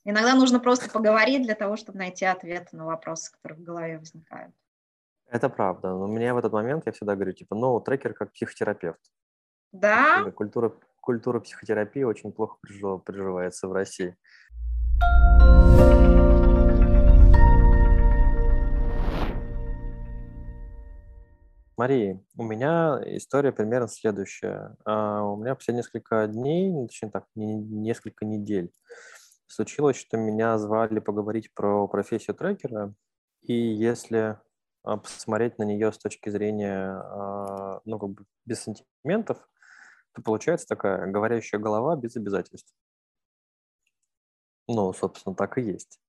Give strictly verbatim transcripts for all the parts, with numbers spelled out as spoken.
Иногда нужно просто поговорить для того, чтобы найти ответы на вопросы, которые в голове возникают. Это правда. Но мне в этот момент, я всегда говорю, типа, ну, трекер как психотерапевт. Да, Вообще Культура, культура психотерапии очень плохо прижива- приживается в России. Мария, у меня история примерно следующая. А, У меня все несколько дней, ну, точнее так, не- несколько недель, случилось, что меня звали поговорить про профессию трекера, и если а, посмотреть на нее с точки зрения, а, ну, как бы без сантиментов, то получается такая говорящая голова без обязательств. Ну, собственно, так и есть.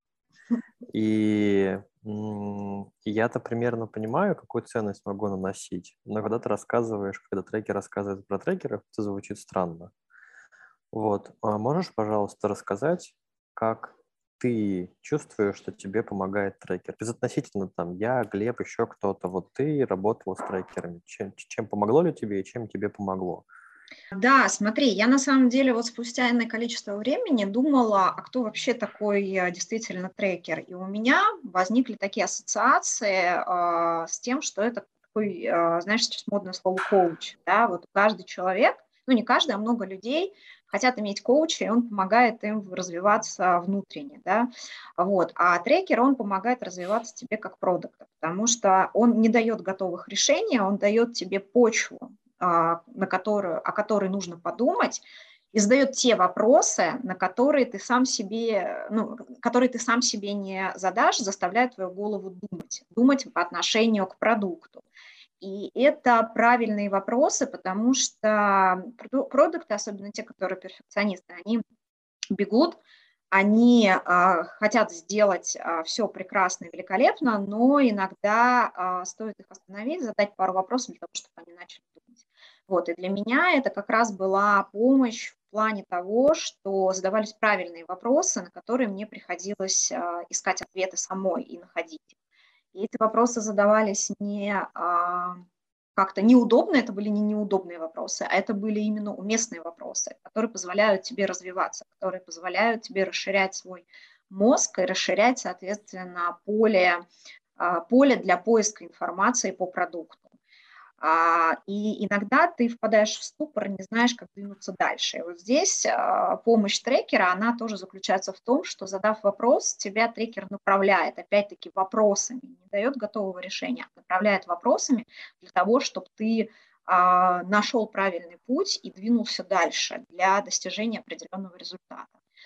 И м, я-то примерно понимаю, какую ценность могу наносить, но когда ты рассказываешь, когда трекер рассказывает про трекеров, это звучит странно. Вот. А можешь, пожалуйста, рассказать, как ты чувствуешь, что тебе помогает трекер? Безотносительно там я, Глеб, еще кто-то. Вот ты работала с трекерами. Чем, чем помогло ли тебе и чем тебе помогло? да, смотри, я на самом деле вот спустя иное количество времени думала, а кто вообще такой э, действительно трекер. И у меня возникли такие ассоциации а, с тем, что это такой, а, знаешь, сейчас модное слово коуч. Да? Вот каждый человек, ну не каждый, а много людей хотят иметь коуча, и он помогает им развиваться внутренне. Да? Вот. А трекер, он помогает развиваться тебе как продукта, потому что он не дает готовых решений, он дает тебе почву, а, на которую, о которой нужно подумать, и задает те вопросы, на которые ты сам себе, ну, которые ты сам себе не задашь, заставляют твою голову думать, думать по отношению к продукту. И это правильные вопросы, потому что проду- продукты, особенно те, которые перфекционисты, они бегут, они а, хотят сделать все прекрасно и великолепно, но иногда а, стоит их остановить, задать пару вопросов для того, чтобы они начали думать. Вот, и для меня это как раз была помощь в плане того, что задавались правильные вопросы, на которые мне приходилось а, искать ответы самой и находить их. И эти вопросы задавались не а, как-то неудобно, это были не неудобные вопросы, а это были именно уместные вопросы, которые позволяют тебе развиваться, которые позволяют тебе расширять свой мозг и расширять, соответственно, поле, а, поле для поиска информации по продукту. А, и иногда ты впадаешь в ступор, не знаешь, как двинуться дальше. И вот здесь а, помощь трекера, она тоже заключается в том, что, задав вопрос, тебя трекер направляет, опять-таки, вопросами, не дает готового решения, а направляет вопросами для того, чтобы ты а, нашел правильный путь и двинулся дальше для достижения определенного результата.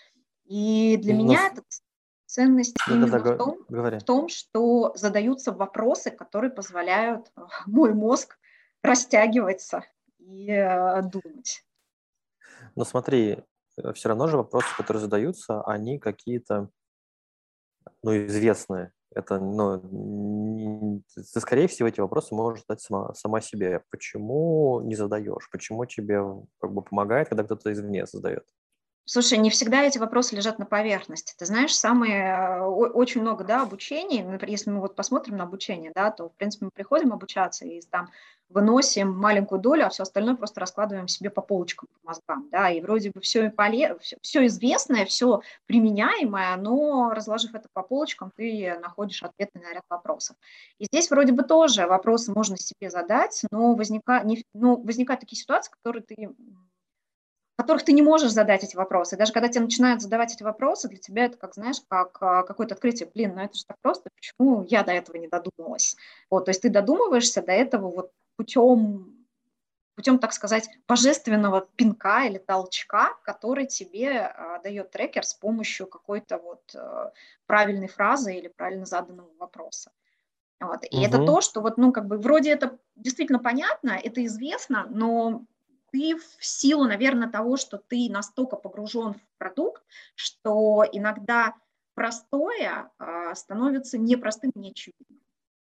И для Ну, меня с- эта ценность да-да-да, именно в го- том, в говори. том, что задаются вопросы, которые позволяют э, мой мозг растягиваться и э, думать. Но смотри, все равно же вопросы, которые задаются, они какие-то, ну, известные. Это, ну, не- ты, скорее всего, эти вопросы можешь задать сама, сама себе. Почему не задаешь? Почему тебе как бы помогает, когда кто-то извне задает? Слушай, не всегда эти вопросы лежат на поверхности. Ты знаешь, самые, э, о- очень много, да, обучений. Например, если мы вот посмотрим на обучение, да, то, в принципе, мы приходим обучаться и там выносим маленькую долю, а все остальное просто раскладываем себе по полочкам, по мозгам, да, и вроде бы все, поле, все, все известное, все применяемое, но, разложив это по полочкам, ты находишь ответы на ряд вопросов. И здесь вроде бы тоже вопросы можно себе задать, но возника, не, ну, возникают такие ситуации, которые ты которых ты не можешь задать эти вопросы. И даже когда тебе начинают задавать эти вопросы, для тебя это, как знаешь, как а, какое-то открытие. Блин, ну это же так просто, почему я до этого не додумалась? Вот, то есть ты додумываешься до этого вот путем, путем, так сказать, божественного пинка или толчка, который тебе а, дает трекер с помощью какой-то вот а, правильной фразы или правильно заданного вопроса. Вот. И это Мгм. то, что вот, ну, как бы вроде это действительно понятно, это известно, но ты в силу, наверное, того, что ты настолько погружен в продукт, что иногда простое а, становится непростым и неочевидным.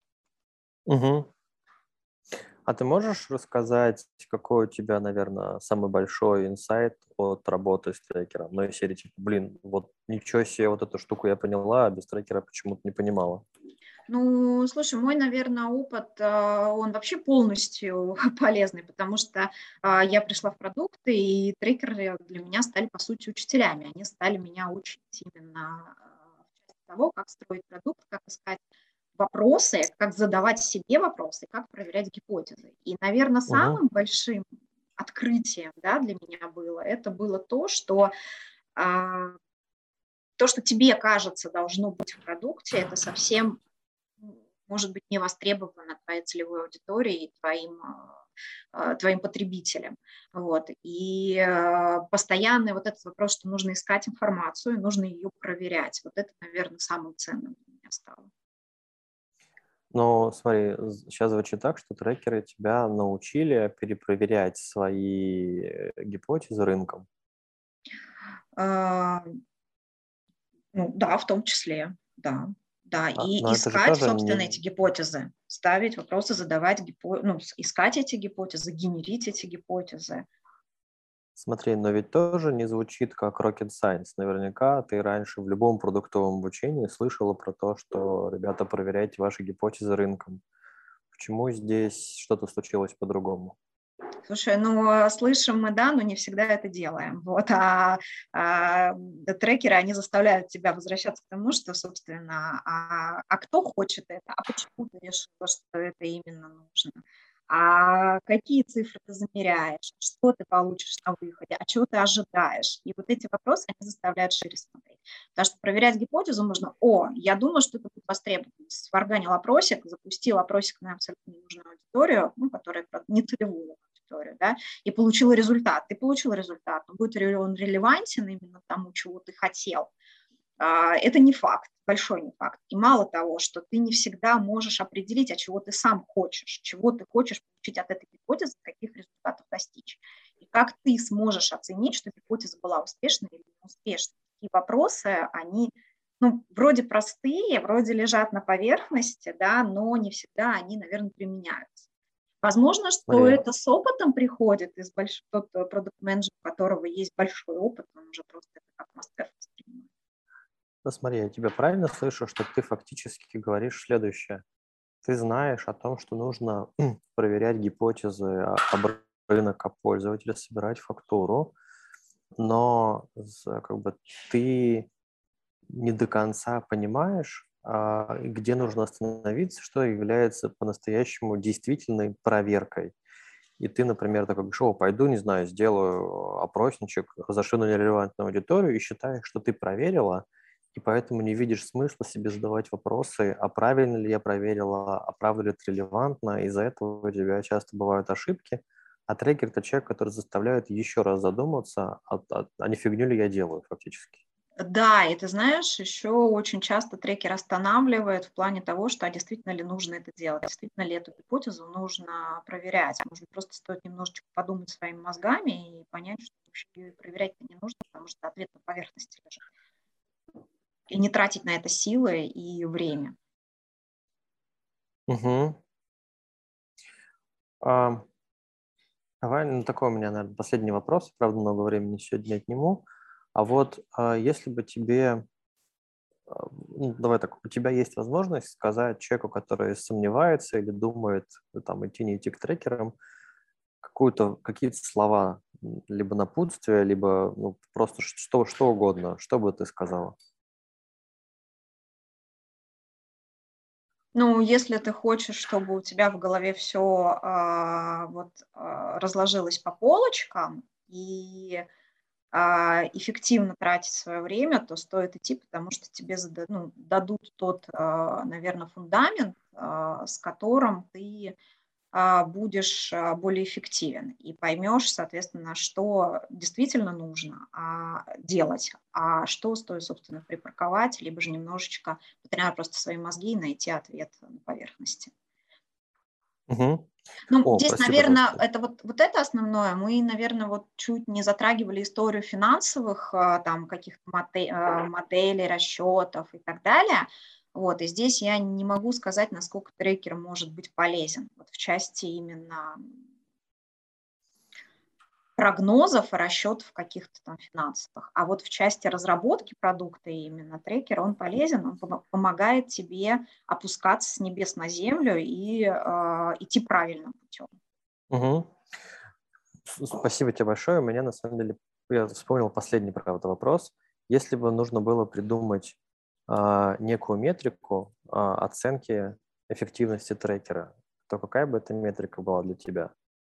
Мгм. А ты можешь рассказать, какой у тебя, наверное, самый большой инсайт от работы с трекером? Ну, из серии типа, блин, вот ничего себе, вот эту штуку я поняла, а без трекера почему-то не понимала. Ну, слушай, мой, наверное, опыт, а, он вообще полностью полезный, потому что а, я пришла в продукты, и трекеры для меня стали, по сути, учителями. Они стали меня учить именно а, в части того, как строить продукт, как искать вопросы, как задавать себе вопросы, как проверять гипотезы. И, наверное, Мгм. самым большим открытием, да, для меня было, это было то, что а, то, что тебе кажется должно быть в продукте, это совсем м, может быть не востребовано твоей целевой аудиторией и твоим, а, а, твоим потребителям. Вот. И а, постоянный вот этот вопрос, что нужно искать информацию, нужно ее проверять. Вот это, наверное, самым ценным для меня стало. Но смотри, сейчас звучит так, что трекеры тебя научили перепроверять свои э, гипотезы рынком. А, Ну, да, в том числе, да. Да, А, и но это же искать, тоже собственно, не... эти гипотезы, ставить вопросы, задавать гипо... ну, с- искать эти гипотезы, генерить эти гипотезы. Смотри, но ведь тоже не звучит как rocket science. Наверняка ты раньше в любом продуктовом обучении слышала про то, что, ребята, проверяйте ваши гипотезы рынком. Почему здесь что-то случилось по-другому? Слушай, ну, а, слышим мы, да, но не всегда это делаем. Вот, а, а, да, трекеры, они заставляют тебя возвращаться к тому, что, собственно, а, а кто хочет это, а почему ты решила, что это именно нужно, а какие цифры ты замеряешь, что ты получишь на выходе, а чего ты ожидаешь. И вот эти вопросы, они заставляют шире смотреть. Потому что проверять гипотезу можно, о, я думаю, что это будет востребовано. Сварганил опросик, запустил опросик на абсолютно ненужную аудиторию, ну, которая не целевую аудиторию, да, и получила результат. Ты получил результат, но будет ли он релевантен именно тому, чего ты хотел, а, это не факт, большой не факт. И мало того, что ты не всегда можешь определить, а чего ты сам хочешь, чего ты хочешь получить от этой гипотезы, каких результатов достичь. И как ты сможешь оценить, что гипотеза была успешной или неуспешной. Такие вопросы, они ну, вроде простые, вроде лежат на поверхности, да, но не всегда они, наверное, применяются. Возможно, что Смотри, это с опытом приходит, из большого, тот продукт-менеджер, у которого есть большой опыт, он уже просто это как мастер воспринимает. ну смотри, я тебя правильно слышу, что ты фактически говоришь следующее. Ты знаешь о том, что нужно проверять гипотезы а, об рынок, об пользователя, собирать фактуру, но з- как бы ты не до конца понимаешь, а, где нужно остановиться, что является по-настоящему действительной проверкой. И ты, например, такой говоришь: о, пойду, не знаю, сделаю опросничек, зашью на нерелевантную аудиторию и считаешь, что ты проверила, и поэтому не видишь смысла себе задавать вопросы, а правильно ли я проверила, а правда ли это релевантно. Из-за этого у тебя часто бывают ошибки, а трекер – это человек, который заставляет еще раз задуматься, а, а, а не фигню ли я делаю фактически. Да, и ты знаешь, еще очень часто трекер останавливает в плане того, что а действительно ли нужно это делать, действительно ли эту гипотезу нужно проверять. Может быть, просто стоит немножечко подумать своими мозгами и понять, что вообще ее проверять-то не нужно, потому что ответ на поверхности лежит. И не тратить на это силы и время. Угу. А, давай, ну, такой у меня, наверное, последний вопрос. Правда, много времени сегодня отниму. А вот а, если бы тебе А, ну, давай так, у тебя есть возможность сказать человеку, который сомневается или думает, э, там, идти, не идти к трекерам, какую-то, какие-то слова, м, либо напутствие, либо ну, просто ш- что, что угодно, что бы ты сказала? Ну, если ты хочешь, чтобы у тебя в голове все а, вот, а, разложилось по полочкам и а, эффективно тратить свое время, то стоит идти, потому что тебе зада ну, дадут тот, наверное, фундамент, а, с которым ты а, будешь а, более эффективен и поймешь, соответственно, что действительно нужно а, делать, а что стоит, собственно, припарковать, либо же немножечко потренировать просто свои мозги и найти ответ на поверхности. Мгм. Ну, О, здесь, прости, наверное, пожалуйста. это вот, вот это основное. Мы, наверное, вот чуть не затрагивали историю финансовых а, там каких-то моте- а, моделей, расчетов и так далее. Вот, и здесь я не могу сказать, насколько трекер может быть полезен вот в части именно прогнозов и расчетов каких-то там финансовых. А вот в части разработки продукта именно трекер, он полезен, он помо- помогает тебе опускаться с небес на землю и э, идти правильным путем. Мгм. С- Спасибо тебе большое. У меня на самом деле, я вспомнил последний, правда, вопрос. Если бы нужно было придумать а, некую метрику а, оценки эффективности трекера, то какая бы эта метрика была для тебя?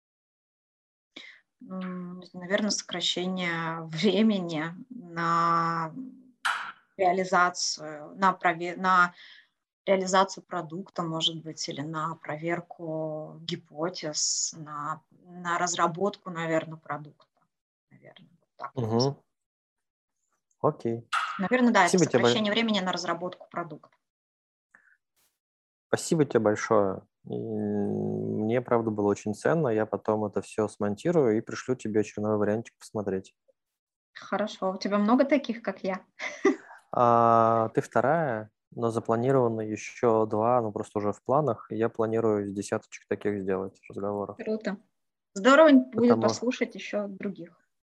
Наверное, сокращение времени на реализацию, на, прове- на реализацию продукта, может быть, или на проверку гипотез, на, на разработку, наверное, продукта. Наверное, вот так я бы сказала. Угу. Окей. Наверное, да, это Спасибо тебе, бо- сокращение времени на разработку продукта. спасибо тебе большое. И мне, правда, было очень ценно. Я потом это все смонтирую и пришлю тебе очередной вариантик посмотреть. Хорошо. У тебя много таких, как я? А, ты вторая, но запланировано еще два, ну просто уже в планах. И я планирую с десяточек таких сделать разговоров. Круто. Здорово будет Потому послушать еще других.